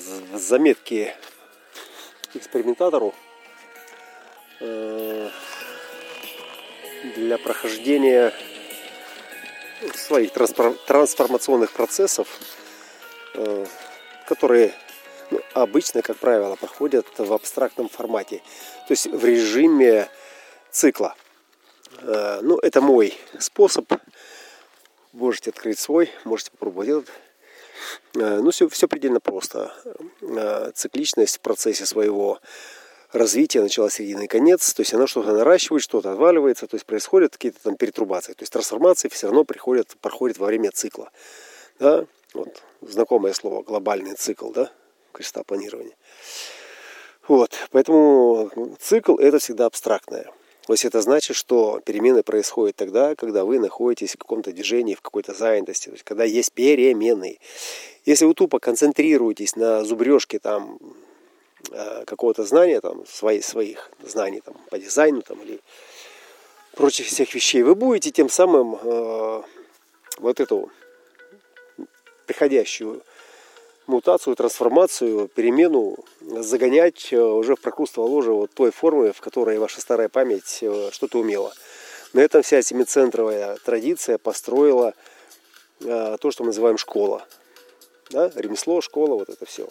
в заметке экспериментатору для прохождения своих трансформационных процессов, которые обычно, как правило, проходят в абстрактном формате, то есть в режиме цикла. Это мой способ. Можете открыть свой, можете попробовать этот. Все предельно просто. Цикличность в процессе своего развития, начало, середина и конец. То есть она что-то наращивает, что-то отваливается. То есть происходят какие-то там перетрубации. То есть трансформации все равно проходят во время цикла. Да? Вот знакомое слово глобальный цикл, да? Креста планирования. Поэтому цикл это всегда абстрактное. То есть это значит, что перемены происходят тогда, когда вы находитесь в каком-то движении, в какой-то занятости, то есть когда есть перемены. Если вы тупо концентрируетесь на зубрежке там какого-то знания, там, своих знаний там, по дизайну там, или прочих всех вещей, вы будете тем самым вот эту приходящую мутацию, трансформацию, перемену загонять уже в прокрустово ложе вот той формы, в которой ваша старая память что-то умела. На этом вся семицентровая традиция построила то, что мы называем школа. Да? Ремесло, школа, вот это все.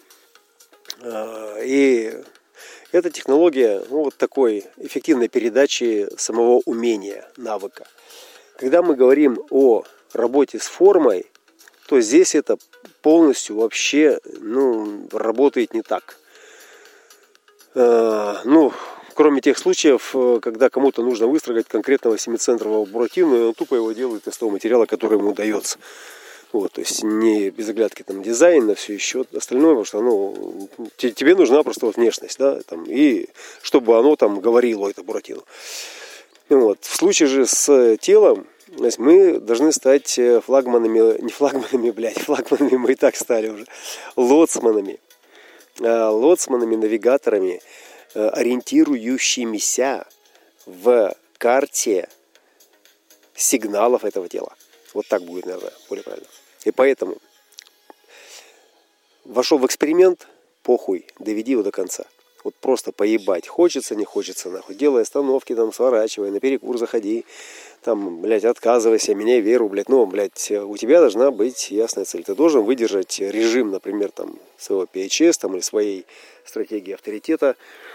И эта технология такой эффективной передачи самого умения, навыка. Когда мы говорим о работе с формой, то здесь это полностью вообще работает не так. Кроме тех случаев, когда кому-то нужно выстрогать конкретного семицентрового буратино, и он тупо его делает из того материала, который ему удается. То есть не без оглядки там дизайн, на все еще остальное, потому что тебе нужна просто внешность, да, там, и чтобы оно там говорило, это буратино. В случае же с телом, мы должны стать флагманами мы и так стали уже, лоцманами, навигаторами, ориентирующимися в карте сигналов этого тела. Вот так будет, наверное, более правильно. И поэтому вошел в эксперимент, похуй, доведи его до конца. Вот просто поебать. Хочется, не хочется, нахуй. Делай остановки, там, сворачивай, на перекур заходи. Там, отказывайся, меняй веру, у тебя должна быть ясная цель. Ты должен выдержать режим, например, там, своего PHS, там, или своей стратегии авторитета.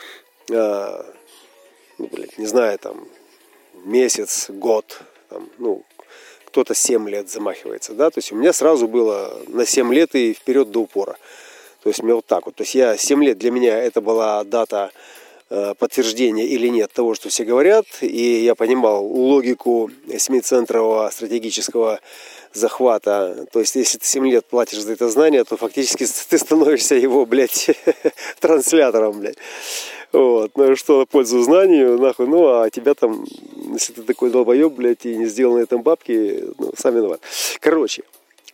Не знаю, там, месяц, год, там, кто-то 7 лет замахивается, да. То есть у меня сразу было на 7 лет и вперед до упора. То есть мне вот так вот. То есть 7 лет для меня это была дата подтверждения или нет того, что все говорят. И я понимал логику семицентрового стратегического захвата. То есть если ты 7 лет платишь за это знание, то фактически ты становишься его, транслятором, что на пользу знанию, нахуй. А тебя там, если ты такой долбоеб, и не сделал на этом бабки, сам виноват. Короче.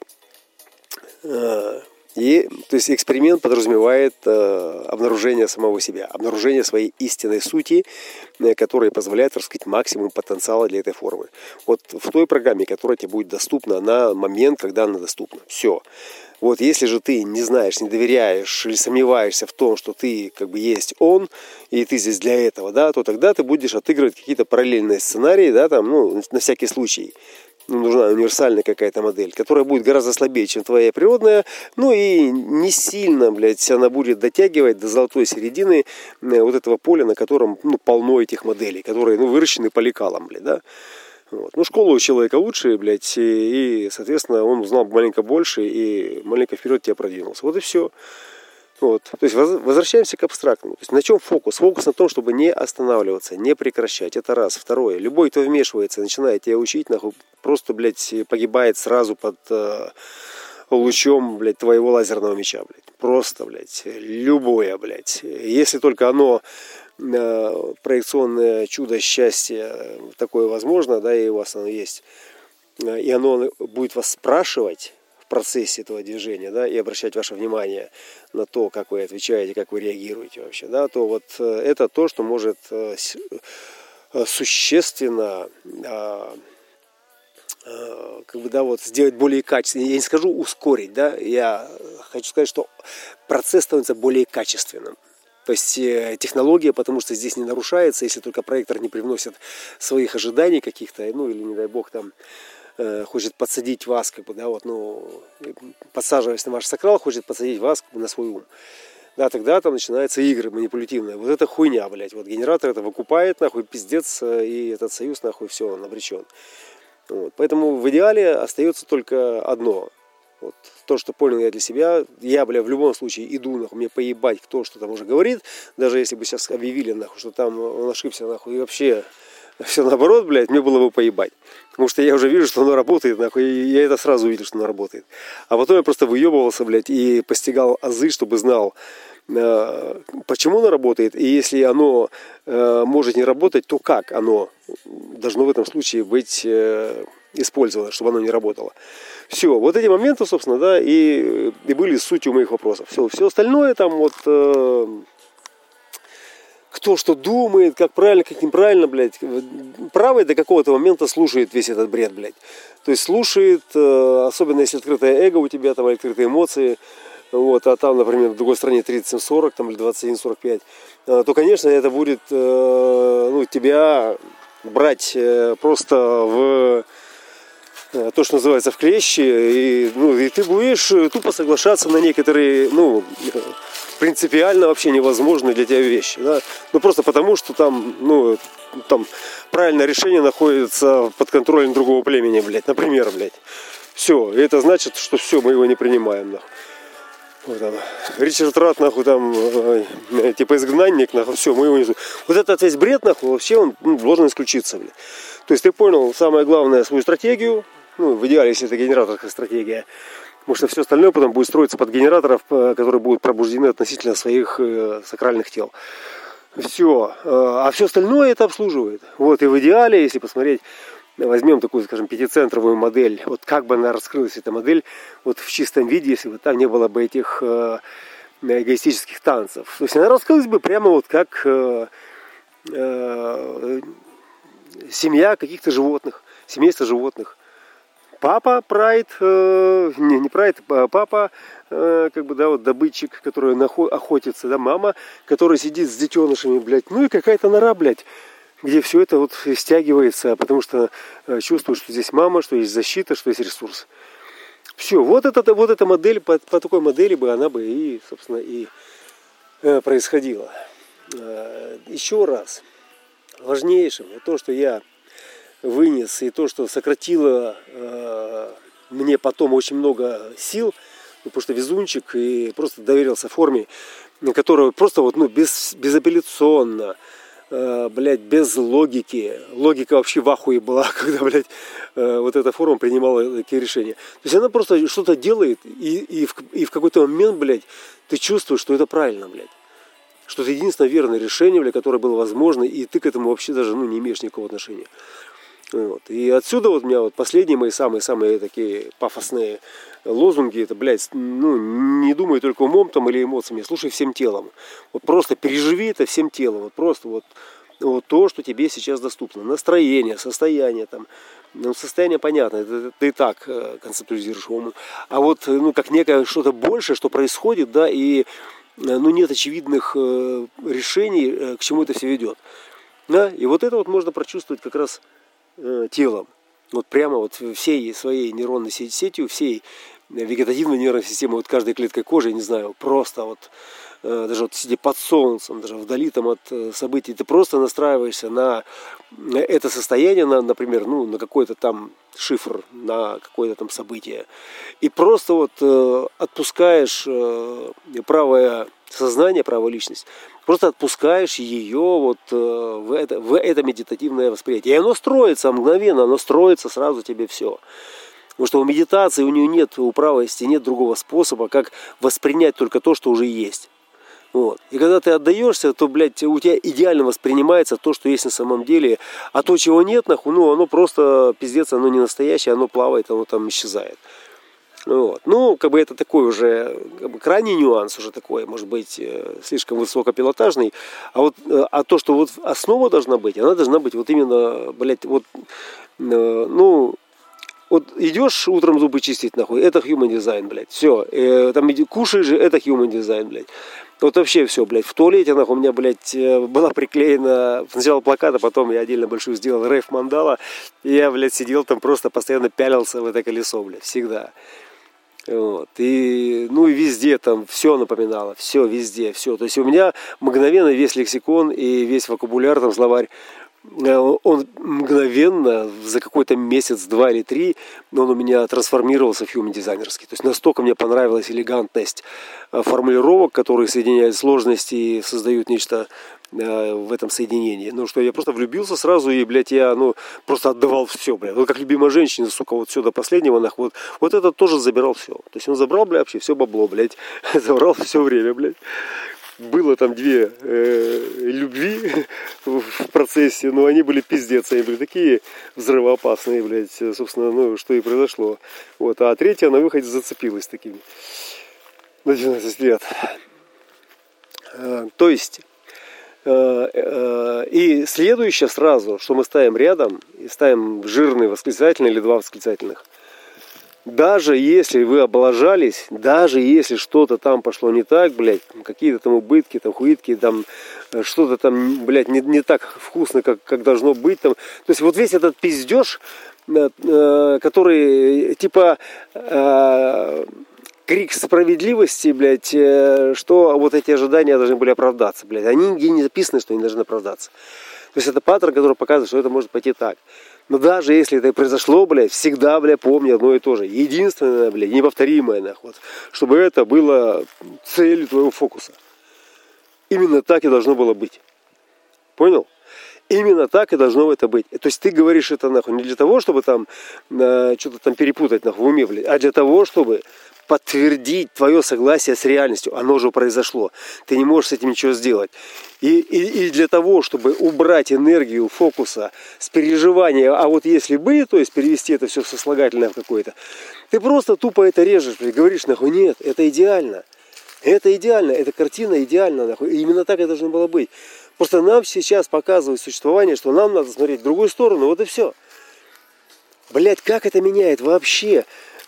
То есть эксперимент подразумевает обнаружение самого себя, обнаружение своей истинной сути, которая позволяет раскрыть максимум потенциала для этой формы. Вот в той программе, которая тебе будет доступна на момент, когда она доступна. Все. Если же ты не знаешь, не доверяешь или сомневаешься в том, что ты есть он, и ты здесь для этого, да, то тогда ты будешь отыгрывать какие-то параллельные сценарии, да, там, на всякий случай. Нужна универсальная какая-то модель, которая будет гораздо слабее, чем твоя природная, и не сильно, она будет дотягивать до золотой середины вот этого поля, на котором, полно этих моделей, которые, выращены по лекалам, да. Школа у человека лучше, и, соответственно, он узнал маленько больше и маленько вперед тебя продвинулся. Вот и все. То есть возвращаемся к абстрактному. То есть на чем фокус? Фокус на том, чтобы не останавливаться, не прекращать. Это раз. Второе. Любой, кто вмешивается, начинает тебя учить, просто, погибает сразу под лучом, твоего лазерного меча, Просто, любое, Если только оно проекционное чудо счастья такое возможно, да, и у вас оно есть, и оно будет вас спрашивать в процессе этого движения, да, и обращать ваше внимание на то, как вы отвечаете, как вы реагируете вообще, да, то вот это то, что может существенно сделать более качественно. Я не скажу ускорить, да, я хочу сказать, что процесс становится более качественным. То есть технология, потому что здесь не нарушается, если только проектор не привносит своих ожиданий каких-то, ну или, не дай бог, там хочет подсадить вас, как бы, да, вот, ну, подсаживаясь на ваш сакрал, хочет подсадить вас как бы, на свой ум. Да, тогда там начинаются игры манипулятивные. Вот это хуйня, блядь. Вот генератор это выкупает, нахуй, пиздец, и этот союз, нахуй, все, он обречен. Вот. Поэтому в идеале остается только одно. Вот. То, что понял я для себя, я, бля, в любом случае иду, нахуй, мне поебать, кто что там уже говорит, даже если бы сейчас объявили, нахуй, что там он ошибся, нахуй, и вообще все наоборот, блядь, мне было бы поебать. Потому что я уже вижу, что оно работает, нахуй, и я это сразу увидел, что оно работает. А потом я просто выебывался, блядь, и постигал азы, чтобы знал, почему оно работает, и если оно может не работать, то как оно должно в этом случае быть использовано, чтобы оно не работало. Все, вот эти моменты, собственно, да, и были сутью моих вопросов. Все остальное там вот... кто что думает, как правильно, как неправильно, блядь. Правый до какого-то момента слушает весь этот бред, блядь. То есть слушает, особенно если открытое эго у тебя, там, открытые эмоции, вот, а там, например, в другой стране 37-40 там, или 21-45, то, конечно, это будет ну, тебя брать просто в то, что называется, в клещи, и, ну, и ты будешь тупо соглашаться на некоторые, ну, принципиально вообще невозможные для тебя вещи, да? Ну, просто потому, что там, ну, там правильное решение находится под контролем другого племени, блядь, например, блядь. Все, и это значит, что все, мы его не принимаем, нахуй. Вот там, Ричард Рат, нахуй, там, типа изгнанник, нахуй, все, мы его не... Вот этот весь бред, нахуй, вообще он должен исключиться, блядь. То есть ты понял самое главное свою стратегию, ну, в идеале, если это генераторская стратегия, потому что все остальное потом будет строиться под генераторов, которые будут пробуждены относительно своих сакральных тел. Все. А все остальное это обслуживает. Вот, и в идеале, если посмотреть, возьмем такую, скажем, пятицентровую модель, вот как бы она раскрылась, эта модель, вот в чистом виде, если бы там не было бы этих эгоистических танцев. То есть она раскрылась бы прямо вот как семья каких-то животных, семейство животных. Папа прайд, не прайд, папа, как бы, да, вот добытчик, который охотится, да, мама, которая сидит с детенышами, блядь, ну и какая-то нора, блядь, где все это вот стягивается, потому что чувствует, что здесь мама, что есть защита, что есть ресурс. Все, вот эта модель, по такой модели бы она бы и, собственно, и происходила. Еще раз, важнейшим, вот то, что я вынес, и то, что сократило мне потом очень много сил, потому что везунчик, и просто доверился форме, которая просто вот, ну, безапелляционно, блядь, без логики. Логика вообще в ахуе была, когда, блядь, вот эта форма принимала такие решения. То есть она просто что-то делает, и в какой-то момент, блядь, ты чувствуешь, что это правильно, блядь. Что это единственное верное решение, блядь, которое было возможно, и ты к этому вообще даже, ну, не имеешь никакого отношения. Вот. И отсюда вот у меня вот последние мои самые такие пафосные лозунги, это, блядь, ну, не думай только умом там или эмоциями, слушай всем телом. Вот просто переживи это всем телом, вот просто вот то, что тебе сейчас доступно. Настроение, состояние там. Ну, состояние понятно, это ты и так концептуализируешь умом. А вот, ну, как некое что-то большее, что происходит, да, и, ну, нет очевидных решений, к чему это все ведет. Да? И вот это вот можно прочувствовать как раз телом. Вот прямо вот всей своей нейронной сетью, всей вегетативной нервной системой, вот каждой клеткой кожи, я не знаю, просто вот даже вот сидя под солнцем, даже вдали там от событий, ты просто настраиваешься на это состояние, например, ну, на какой-то там шифр, на какое-то там событие. И просто вот отпускаешь правое сознание, правая личность, просто отпускаешь ее вот в это медитативное восприятие. И оно строится мгновенно, оно строится сразу тебе все. Потому что у медитации, у нее нет, у правости нет другого способа, как воспринять только то, что уже есть. Вот. И когда ты отдаешься, то, блядь, у тебя идеально воспринимается то, что есть на самом деле. А то, чего нет, нахуй, ну, оно просто, пиздец, оно не настоящее, оно плавает, оно там исчезает. Вот. Ну, как бы это такой уже, как бы, крайний нюанс уже такой, может быть, слишком высокопилотажный. А то, что вот основа должна быть, она должна быть вот именно, блядь, вот, ну, Вот идешь утром зубы чистить, нахуй, это human design, блядь. Все. Там кушаешь же, это human design, блядь. Вот вообще все, блядь. В туалете, нахуй, у меня, блядь, была приклеена сначала плакат, а потом я отдельно большую сделал рейв мандала. И я, блядь, сидел там, просто постоянно пялился в это колесо, блядь, всегда. Вот. И, ну и везде там все напоминало, все, везде, все. То есть у меня мгновенно весь лексикон и весь вокабуляр, там словарь, он мгновенно за какой-то месяц, 2 или 3, он у меня трансформировался в human дизайнерский. То есть настолько мне понравилась элегантность формулировок, которые соединяют сложности и создают нечто в этом соединении. Ну, что я просто влюбился сразу, и, блядь, я, просто отдавал все, блядь. Вот как любимая женщина, сука, вот все до последнего, нахуй. Вот этот тоже забирал все. То есть он забрал, блядь, вообще все бабло, блядь. Забрал все время, блядь. Было там 2 любви в процессе, но они были пиздец, они были такие взрывоопасные, блядь, собственно, что и произошло. Вот, а 3-я на выходе зацепилась такими на 12 лет. То есть, и следующее сразу, что мы ставим рядом, и ставим жирный восклицательный или 2 восклицательных. Даже если вы облажались, даже если что-то там пошло не так, блядь, какие-то там убытки, там хуитки, там что-то там, блядь, не так вкусно, как должно быть там. То есть вот весь этот пиздеж, который типа крик справедливости, блядь, что вот эти ожидания должны были оправдаться, блядь. Они нигде не записаны, что они должны оправдаться. То есть это паттерн, который показывает, что это может пойти так. Но даже если это и произошло, блядь, всегда, блядь, помни одно и то же. Единственное, блядь, неповторимое, нахуй, чтобы это было целью твоего фокуса. Именно так и должно было быть. Понял? Именно так и должно это быть. То есть ты говоришь это, нахуй, не для того, чтобы там что-то там перепутать, нахуй, в уме, блядь, а для того, чтобы подтвердить твое согласие с реальностью. Оно уже произошло. Ты не можешь с этим ничего сделать. И для того, чтобы убрать энергию фокуса с переживания, а вот если бы, то есть перевести это все в сослагательное в какое-то, ты просто тупо это режешь, говоришь, нахуй, нет, это идеально. Это идеально, эта картина идеальна, нахуй. И именно так это должно было быть. Просто нам сейчас показывает существование, что нам надо смотреть в другую сторону, вот и все. Блять, как это меняет вообще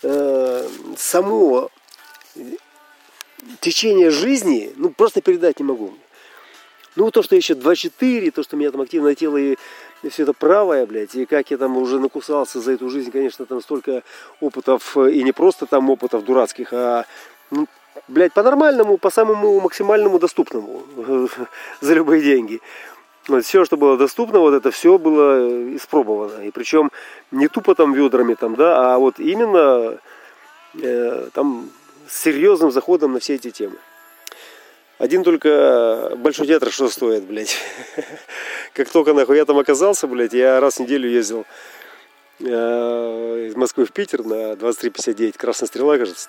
само течение жизни, просто передать не могу. То, что еще 2-4, то, что у меня там активное тело и все это правое, блядь, и как я там уже накусался за эту жизнь, конечно, там столько опытов, и не просто там опытов дурацких, а, блядь, по-нормальному, по самому максимальному доступному, за любые деньги. Вот все, что было доступно, вот это все было испробовано. И причем не тупо там ведрами, там, да, а вот именно там с серьезным заходом на все эти темы. Один только Большой театр что стоит, блядь. Как только нахуй я там оказался, блядь, я раз в неделю ездил из Москвы в Питер на 23:59, Красная Стрела, кажется.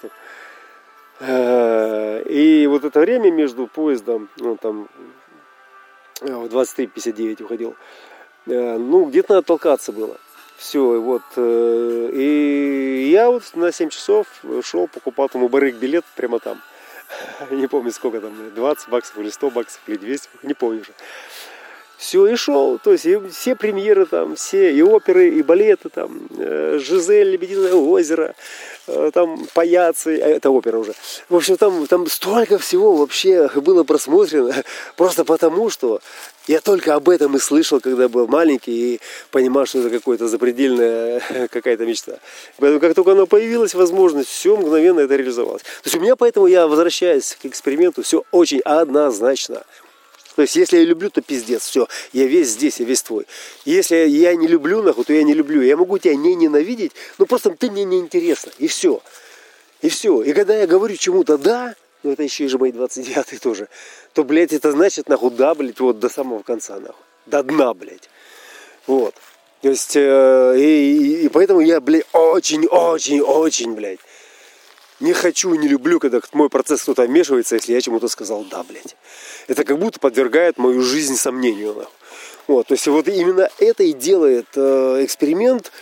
И вот это время между поездом, там в 23:59 уходил, где-то надо толкаться было. Все, вот. И я вот на 7 часов шел, покупал там у барыг билет прямо там. Не помню сколько там, 20 баксов или 100 баксов или 200, не помню уже. Все, и шел, то есть и все премьеры там, все, и оперы, и балеты там, Жизель, Лебединое озеро, там Паяцци, это опера уже. В общем, там столько всего вообще было просмотрено, просто потому, что я только об этом и слышал, когда был маленький, и понимал, что это какая-то запредельная какая-то мечта. Поэтому, как только оно появилась, возможность, все мгновенно это реализовалось. То есть у меня поэтому, я возвращаюсь к эксперименту, все очень однозначно. То есть, если я люблю, то пиздец, все, я весь здесь, я весь твой. Если я не люблю, нахуй, то я не люблю. Я могу тебя не ненавидеть, но просто ты мне не интересна, и все. И все. И когда я говорю чему-то «да», это еще и же мои 29-е тоже, то, блядь, это значит, нахуй, да, блядь, вот до самого конца, нахуй, до дна, блядь. Вот. То есть, и поэтому я, блядь, очень, блядь, не хочу и не люблю, когда в мой процесс кто-то вмешивается, если я чему-то сказал «да», блядь. Это как будто подвергает мою жизнь сомнению. Нахуй. Вот, то есть вот именно это и делает эксперимент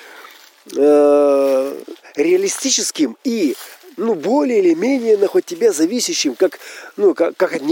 реалистическим и более или менее от тебя зависящим, как от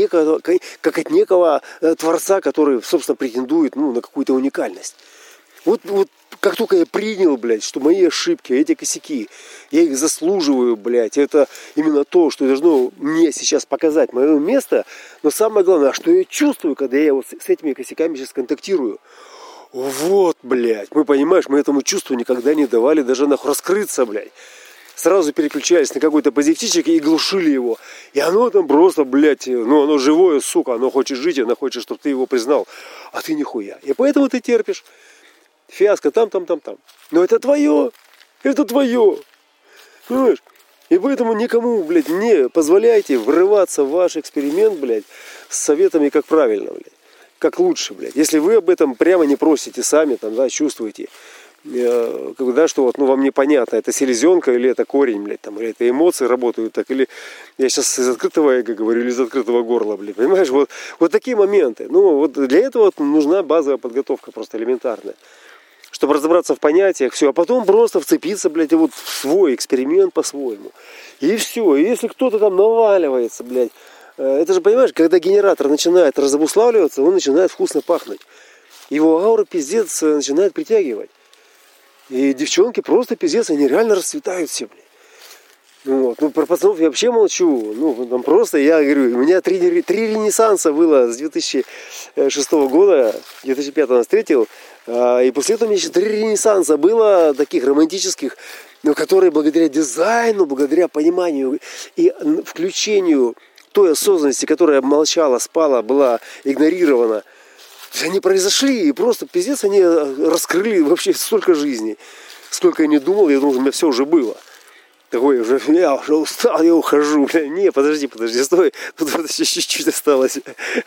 некого творца, который, собственно, претендует на какую-то уникальность. Вот как только я принял, блядь, что мои ошибки, эти косяки, я их заслуживаю, блядь, это именно то, что должно мне сейчас показать мое место, но самое главное, что я чувствую, когда я вот с этими косяками сейчас контактирую. Вот, блядь, мы, понимаешь, мы этому чувству никогда не давали даже нахуй раскрыться, блядь. Сразу переключались на какой-то позитивчик и глушили его. И оно там просто, блядь, ну оно живое, сука, оно хочет жить, оно хочет, чтобы ты его признал. А ты нихуя. И поэтому ты терпишь. Фиаско там. Но это твое. Это твое. Понимаешь? И поэтому никому, блядь, не позволяйте врываться в ваш эксперимент, блядь, с советами, как правильно, блядь. Как лучше, блядь. Если вы об этом прямо не просите сами, там, да, чувствуете, когда что вот, ну, вам непонятно, это селезенка или это корень, блядь, там, или это эмоции работают так, или я сейчас из открытого эго говорю, или из открытого горла, блядь, понимаешь, вот такие моменты. Ну, вот для этого вот нужна базовая подготовка, просто элементарная, чтобы разобраться в понятиях, все, а потом просто вцепиться, блядь, вот в свой эксперимент по-своему. И все, и если кто-то там наваливается, блядь, это же, понимаешь, когда генератор начинает разобуславливаться, он начинает вкусно пахнуть. Его аура, пиздец, начинает притягивать. И девчонки просто пиздец, они реально расцветают все, блядь. Вот. Ну, про пацанов я вообще молчу. Ну, там просто, я говорю, у меня три ренессанса было с 2006 года, 2005 он встретил. И после этого у меня еще 3 ренессанса было, таких романтических, но которые благодаря дизайну, благодаря пониманию и включению той осознанности, которая молчала, спала, была игнорирована, они произошли, и просто пиздец, они раскрыли вообще столько жизней. Сколько я не думал, я думал, у меня все уже было. Такой уже, я уже устал, я ухожу. Не, подожди, стой, тут вот еще чуть-чуть осталось.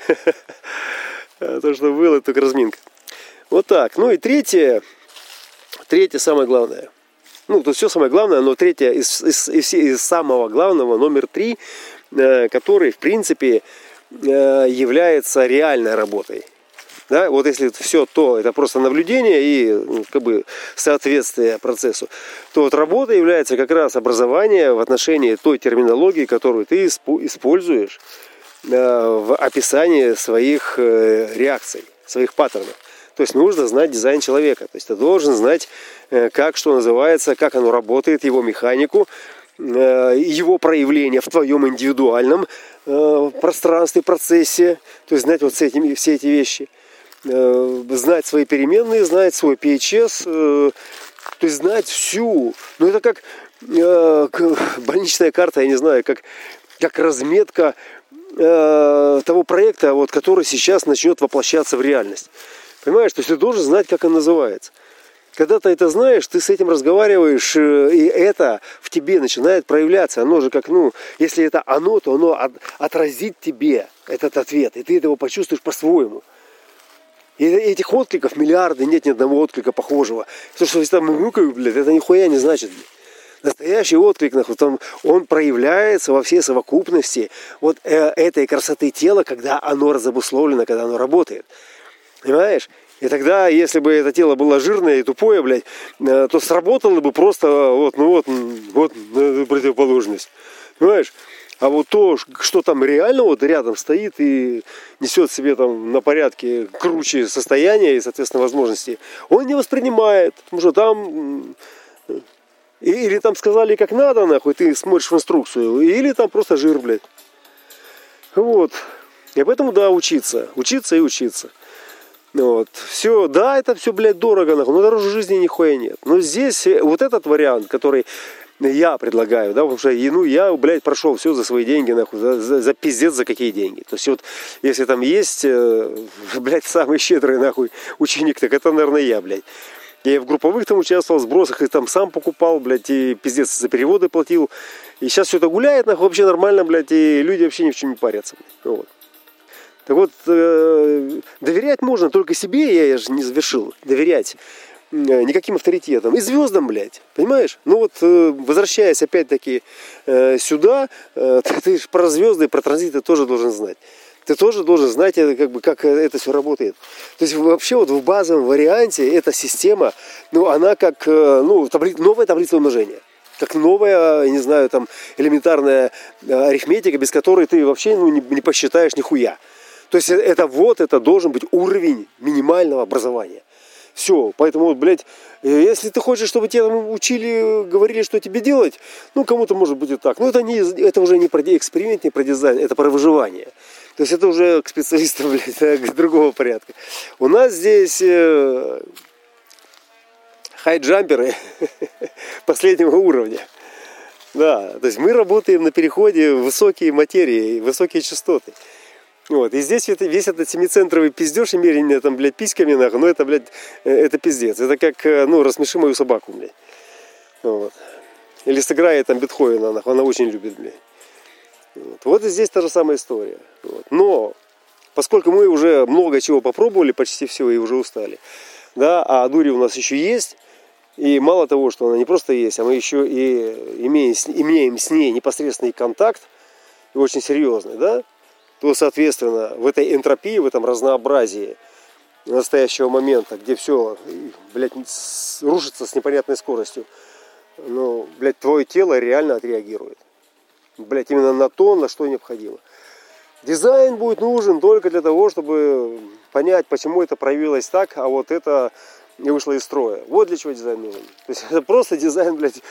То, что было, только разминка. Вот так. Ну и третье самое главное. Ну, тут все самое главное, но третье из самого главного, номер 3, который, в принципе, является реальной работой. Да, вот если все то, это просто наблюдение и как бы соответствие процессу, то вот работа является как раз образование в отношении той терминологии, которую ты используешь в описании своих реакций, своих паттернов. То есть нужно знать дизайн человека. То есть ты должен знать, как что называется, как оно работает, его механику, его проявление в твоем индивидуальном пространстве, процессе. То есть знать вот все эти вещи. Знать свои переменные, знать свой PHS, то есть знать всю. Ну это как больничная карта, я не знаю, как разметка того проекта, вот, который сейчас начнет воплощаться в реальность. Понимаешь, то есть ты должен знать, как он называется. Когда ты это знаешь, ты с этим разговариваешь, и это в тебе начинает проявляться. Оно же как, ну, если это оно, то оно отразит тебе этот ответ, и ты его почувствуешь по-своему. И этих откликов миллиарды, нет ни одного отклика похожего. То, что если там мукаю, блядь, это нихуя не значит, блядь. Настоящий отклик, он проявляется во всей совокупности вот этой красоты тела, когда оно разобусловлено, когда оно работает. Понимаешь? И тогда, если бы это тело было жирное и тупое, блядь, то сработало бы просто вот противоположность. Понимаешь? А вот то, что там реально вот рядом стоит и несет в себе там на порядке круче состояние и, соответственно, возможности, он не воспринимает. Потому что там или там сказали как надо, нахуй, ты смотришь в инструкцию, или там просто жир, блядь. Вот. И поэтому, да, учиться и учиться. Вот. Все, да, это все, блядь, дорого, нахуй, но дороже жизни нихуя нет. Но здесь вот этот вариант, который я предлагаю, да, потому что, ну, я, блядь, прошел все за свои деньги, нахуй, за пиздец, за какие деньги. То есть вот, если там есть, блядь, самый щедрый, нахуй, ученик, так это, наверное, я, блядь. Я и в групповых там участвовал, в сбросах, и там сам покупал, блядь, и пиздец за переводы платил. И сейчас все это гуляет, нахуй, вообще нормально, блядь, и люди вообще ни в чем не парятся, блядь. Вот. Так вот, доверять можно только себе, я же не завершил, доверять никаким авторитетам. И звездам, блядь, понимаешь? Ну вот, возвращаясь опять-таки сюда, ты про звезды, про транзиты тоже должен знать. Ты тоже должен знать, как это все работает. То есть вообще вот в базовом варианте эта система, ну она как новая таблица умножения. Как новая, не знаю, там элементарная арифметика, без которой ты вообще не посчитаешь нихуя. То есть это должен быть уровень минимального образования. Все, поэтому, вот, блядь, если ты хочешь, чтобы тебя там учили, говорили, что тебе делать, ну, кому-то может быть и так. Но это уже не про эксперимент, не про дизайн, это про выживание. То есть это уже к специалистам, блядь, другого порядка. У нас здесь хайджамперы последнего уровня. Да, то есть мы работаем на переходе в высокие материи, высокие частоты. Вот, и здесь весь этот семицентровый пиздеж и мерение там, блядь, письками, нахуй, ну это, блядь, это пиздец. Это как, ну, рассмеши мою собаку, блядь. Вот. Или сыграет там Бетховена, нахуй, она очень любит, блядь. Вот и здесь та же самая история. Вот. Но, поскольку мы уже много чего попробовали, почти все, и уже устали, да, а дури у нас еще есть, и мало того, что она не просто есть, а мы еще и имеем с ней непосредственный контакт, и очень серьезный, да, то, соответственно, в этой энтропии, в этом разнообразии настоящего момента, где все, блядь, рушится с непонятной скоростью, ну, блядь, твое тело реально отреагирует. Блядь, именно на то, на что необходимо. Дизайн будет нужен только для того, чтобы понять, почему это проявилось так, а вот это не вышло из строя. Вот для чего дизайн нужен. То есть это просто дизайн, блядь,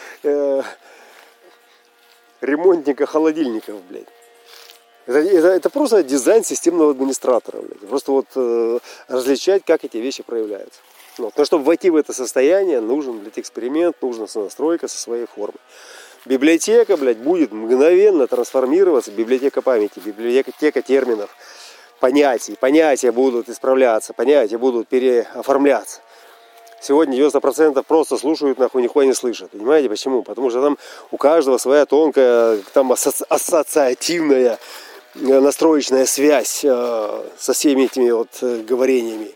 ремонтника холодильников, блядь. Это просто дизайн системного администратора, блядь. Просто вот различать, как эти вещи проявляются. Вот. Но чтобы войти в это состояние, нужен, блядь, эксперимент, нужна сонастройка со своей формой. Библиотека, блядь, будет мгновенно трансформироваться, библиотека памяти, библиотека терминов, понятий. Понятия будут исправляться, понятия будут переоформляться. Сегодня 90% просто слушают, нахуй, нихуя не слышат. Понимаете почему? Потому что там у каждого своя тонкая, там ассоциативная настроечная связь со всеми этими вот говорениями.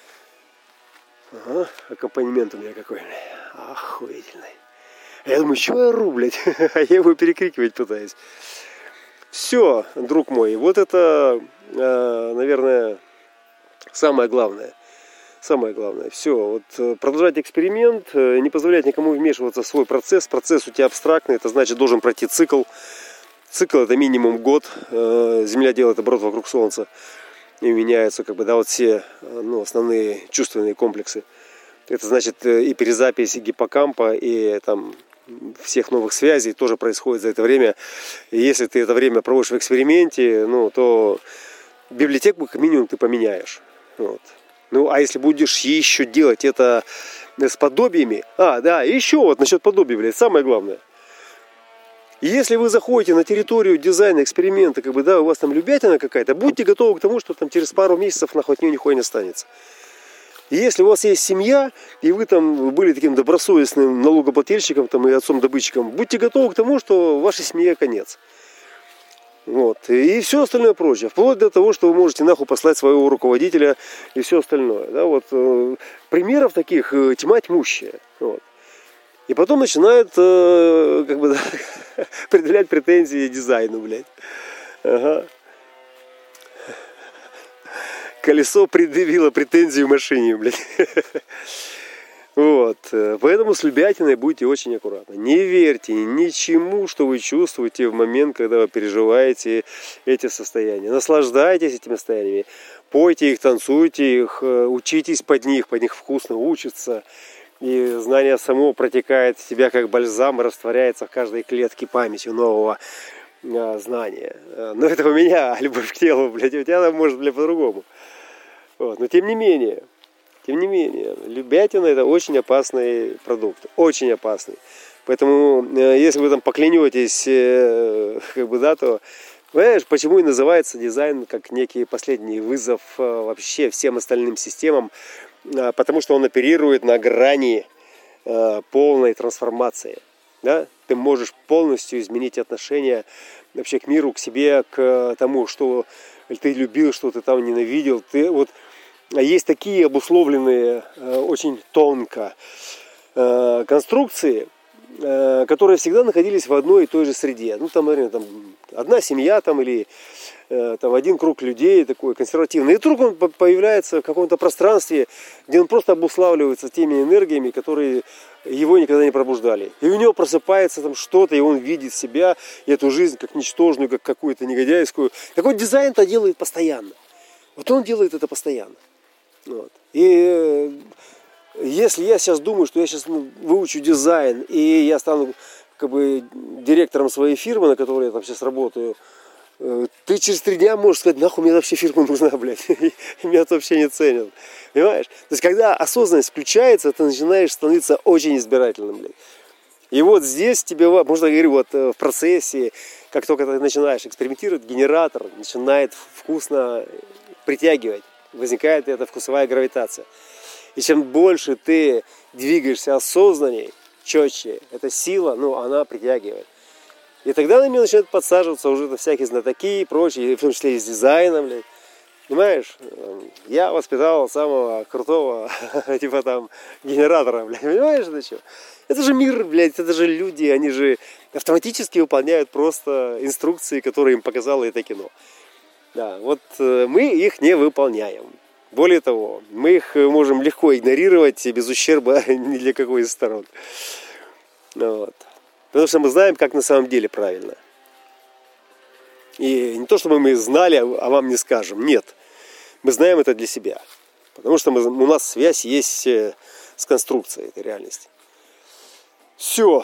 Ага, аккомпанемент у меня какой. Охуительный. Я думаю, чего я ору, блядь? А я его перекрикивать пытаюсь. Все, друг мой, вот это, наверное, самое главное. Самое главное. Все, вот продолжать эксперимент, не позволять никому вмешиваться в свой процесс. Процесс у тебя абстрактный, это значит, должен пройти цикл. Цикл это минимум год. Земля делает оборот вокруг Солнца. И меняются, как бы, да, вот все, ну, основные чувственные комплексы. Это значит и перезапись гиппокампа, и там всех новых связей тоже происходит за это время. И если ты это время проводишь в эксперименте, ну, то библиотеку как минимум ты поменяешь. Вот. Ну, а если будешь еще делать это с подобиями... да, еще вот насчет подобия, блядь, самое главное. Если вы заходите на территорию дизайна, эксперимента, как бы, да, у вас там любятина какая-то, будьте готовы к тому, что там через пару месяцев нахуй от нее нихуя не останется. И если у вас есть семья, и вы там были таким добросовестным налогоплательщиком там, и отцом-добытчиком, будьте готовы к тому, что вашей семье конец. Вот. И все остальное прочее. Вплоть до того, что вы можете нахуй послать своего руководителя и все остальное. Да, вот, примеров таких тьма тьмущая. Вот. И потом начинают как бы, да, предъявлять претензии дизайну, блядь. Ага. Колесо предъявило претензию машине, блядь. Вот. Поэтому с любятиной будьте очень аккуратны. Не верьте ничему, что вы чувствуете в момент, когда вы переживаете эти состояния. Наслаждайтесь этими состояниями. Пойте их, танцуйте их, учитесь под них вкусно учатся. И знание само протекает в тебя как бальзам и растворяется в каждой клетке памятью нового знания. Но это у меня любовь к телу, блядь, у тебя может, блядь, по-другому. Вот. Но тем не менее, любятина это очень опасный продукт, очень опасный. Поэтому, если вы там поклянетесь, как бы, да, то, понимаешь, почему и называется дизайн как некий последний вызов вообще всем остальным системам, потому что он оперирует на грани полной трансформации. Да? Ты можешь полностью изменить отношение вообще к миру, к себе, к тому, что ты любил, что ты там ненавидел. Есть такие обусловленные очень тонко конструкции, которые всегда находились в одной и той же среде. Ну, там, наверное, там одна семья там, или там один круг людей такой консервативный. И вдруг он появляется в каком-то пространстве, где он просто обуславливается теми энергиями, которые его никогда не пробуждали. И у него просыпается там что-то, и он видит себя, и эту жизнь как ничтожную, как какую-то негодяйскую. Так вот, дизайн-то делает постоянно. Вот он делает это постоянно. Вот. И Если я сейчас думаю, что я сейчас выучу дизайн, и я стану как бы директором своей фирмы, на которой я там сейчас работаю, ты через 3 дня можешь сказать, нахуй мне вообще фирма нужна, блядь, меня это вообще не ценят, понимаешь? То есть, когда осознанность включается, ты начинаешь становиться очень избирательным, блядь. И вот здесь тебе, можно говорить, вот в процессе, как только ты начинаешь экспериментировать, генератор начинает вкусно притягивать, возникает эта вкусовая гравитация. И чем больше ты двигаешься осознанней, четче, эта сила, она притягивает. И тогда на меня начинают подсаживаться уже всякие знатоки и прочие, в том числе и с дизайном, блядь. Понимаешь? Я воспитал самого крутого, типа там, генератора, блядь. Понимаешь, это что? Это же мир, блядь, это же люди, они же автоматически выполняют просто инструкции, которые им показало это кино. Да, вот мы их не выполняем. Более того, мы их можем легко игнорировать без ущерба ни для какой из сторон. Вот. Потому что мы знаем, как на самом деле правильно. И не то, чтобы мы знали, а вам не скажем. Нет. Мы знаем это для себя. Потому что у нас связь есть с конструкцией этой реальности. Все.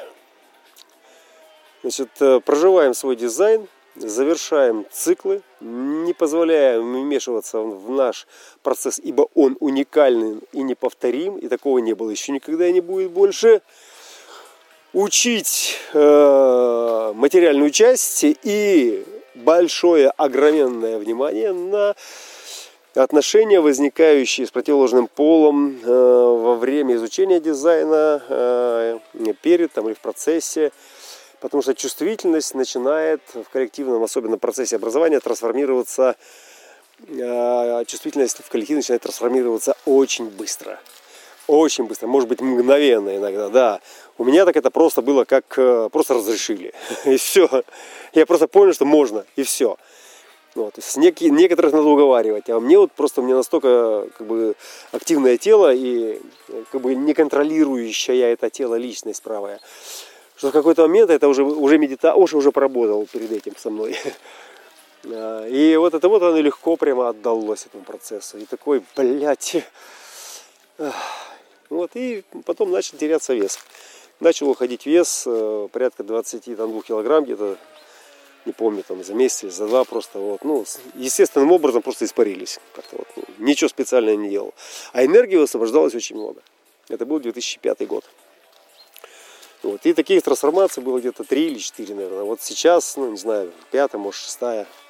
Значит, проживаем свой дизайн, завершаем циклы, не позволяем вмешиваться в наш процесс, ибо он уникальный и неповторим, и такого не было еще никогда и не будет больше. Учить материальную часть и большое, огроменное внимание на отношения, возникающие с противоположным полом во время изучения дизайна, перед или в процессе. Потому что чувствительность начинает в коллективном, особенно процессе образования, трансформироваться. Чувствительность в коллективе начинает трансформироваться очень быстро. Очень быстро, может быть мгновенно иногда, да. У меня так это просто было, как просто разрешили. И все. Я просто понял, что можно, и все. Вот. То есть некоторых надо уговаривать. А мне у меня настолько активное тело и не контролирующая это тело личность правая, что в какой-то момент это уже Оша уже поработал перед этим со мной. И вот это оно легко прямо отдалось этому процессу. И такой, блядь. Вот, и потом начал теряться вес. Начал уходить вес порядка 22 килограмм где-то, не помню, за месяц или за 2 просто естественным образом просто испарились. Как-то ничего специального не делал. А энергии высвобождалось очень много. Это был 2005 год. Вот, и таких трансформаций было где-то 3 или 4, наверное. Вот сейчас, не знаю, 5, может 6.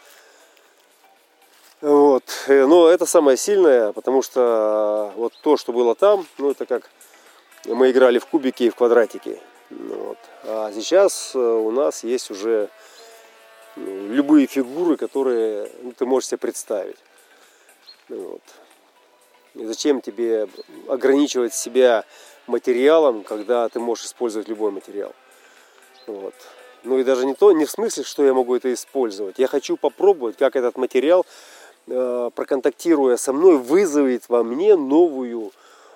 Вот. Но это самое сильное, потому что вот то, что было там, это как мы играли в кубики и в квадратики. Вот. А сейчас у нас есть уже любые фигуры, которые ты можешь себе представить. Вот. И зачем тебе ограничивать себя материалом, когда ты можешь использовать любой материал? Вот. И даже не в смысле, что я могу это использовать. Я хочу попробовать, как этот материал, проконтактируя со мной, вызовет во мне новую,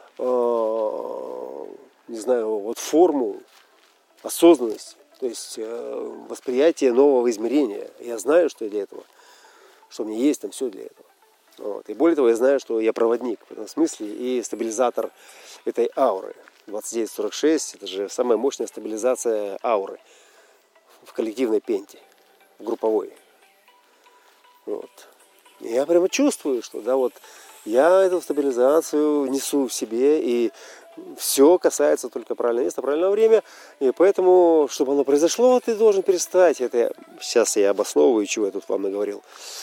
форму осознанности, то есть восприятие нового измерения. Я знаю, что для этого, что у меня есть там все для этого. Вот. И более того, я знаю, что я проводник в этом смысле и стабилизатор этой ауры. 2946 это же самая мощная стабилизация ауры в коллективной пенте, в групповой. Вот. Я прямо чувствую, что я эту стабилизацию несу в себе, и все касается только правильного места, правильного времени. И поэтому, чтобы оно произошло, ты должен перестать. Сейчас я обосновываю, чего я тут вам наговорил.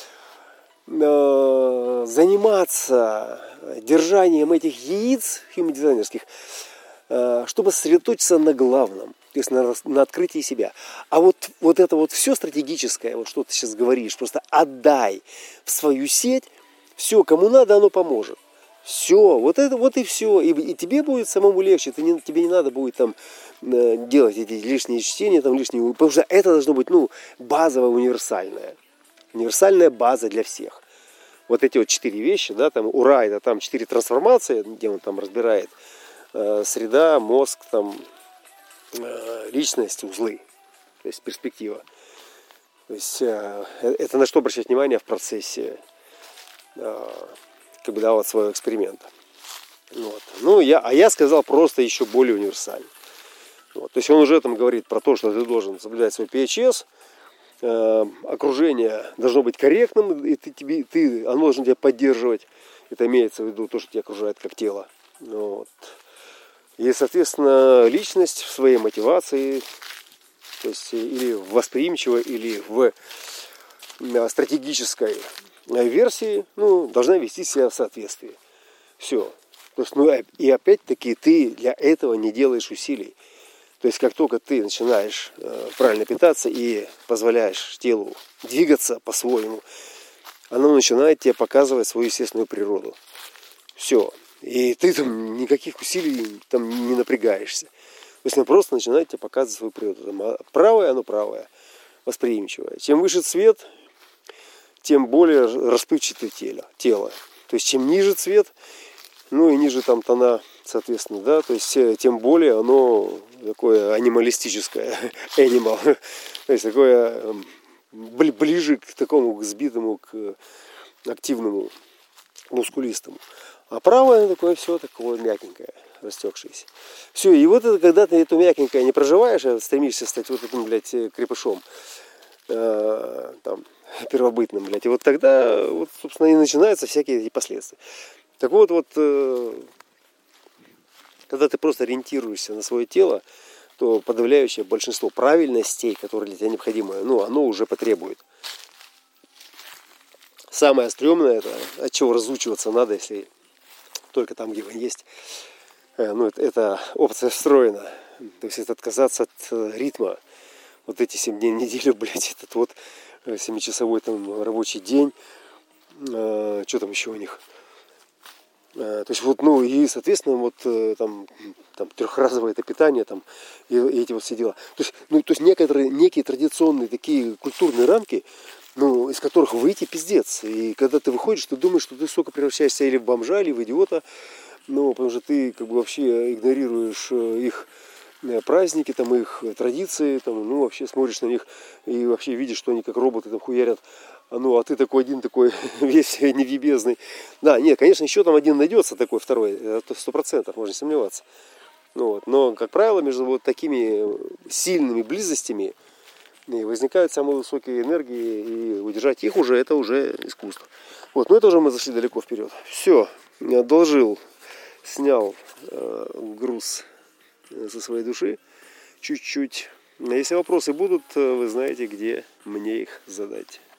Заниматься держанием этих яиц хьюман-дизайнерских, чтобы сосредоточиться на главном, то есть на открытии себя. А вот это все стратегическое, что ты сейчас говоришь, просто отдай в свою сеть, все, кому надо, оно поможет. Все, и все. И тебе будет самому легче, тебе не надо будет делать эти лишние чтения, лишние, потому что это должно быть базовое, универсальное. Универсальная база для всех. Вот эти 4 вещи, ура, это 4 трансформации, где он разбирает среда, мозг, личность, узлы, то есть перспектива. То есть это на что обращать внимание в процессе своего эксперимента. Вот. Ну, я сказал просто еще более универсально. Вот. То есть он уже там говорит про то, что ты должен соблюдать свой PHS, окружение должно быть корректным, и оно должно тебя поддерживать. Это имеется в виду то, что тебя окружает как тело. Вот. И, соответственно, личность в своей мотивации, то есть или восприимчивой, или в стратегической версии, должна вести себя в соответствии. Все. То есть, и опять-таки ты для этого не делаешь усилий. То есть, как только ты начинаешь правильно питаться и позволяешь телу двигаться по-своему, оно начинает тебе показывать свою естественную природу. Все. И ты там никаких усилий там не напрягаешься. То есть, оно просто начинает тебе показывать свою природу. Там, правое, оно правое, восприимчивое. Чем выше цвет, тем более расплывчатое тело. То есть, чем ниже цвет, и ниже там тона, соответственно, да, то есть тем более оно такое анималистическое, animal, то есть такое ближе к такому, к сбитому, к активному, мускулистому. А правое такое все такое мягенькое, растекшееся. Все, и вот это, когда ты это мягенькое не проживаешь, а стремишься стать вот этим, крепышом, там, первобытным, и вот тогда, вот, собственно, и начинаются всякие эти последствия. Так вот, когда ты просто ориентируешься на свое тело, то подавляющее большинство правильностей, которые для тебя необходимы, оно уже потребует. Самое стрёмное, это от чего разучиваться надо, если только там, где вы есть, это опция встроена. То есть это отказаться от ритма. Вот эти 7 дней в неделю, этот вот 7-часовой там рабочий день. Что там еще у них? То есть и соответственно там трехразовое это питание там и эти вот все дела. То есть некие традиционные такие культурные рамки, из которых выйти пиздец. И когда ты выходишь, ты думаешь, что ты сука превращаешься или в бомжа, или в идиота, потому что ты как бы вообще игнорируешь их праздники, там их традиции, вообще смотришь на них и вообще видишь, что они как роботы там хуярят. А ты такой один, такой весь невъебезный. Да, нет, конечно, еще там один найдется, такой второй, это 100%, можно сомневаться. Но, как правило, между вот такими сильными близостями возникают самые высокие энергии, и удержать их это уже искусство. Но это уже мы зашли далеко вперед. Все, одолжил, снял груз со своей души чуть-чуть. Если вопросы будут, вы знаете, где мне их задать.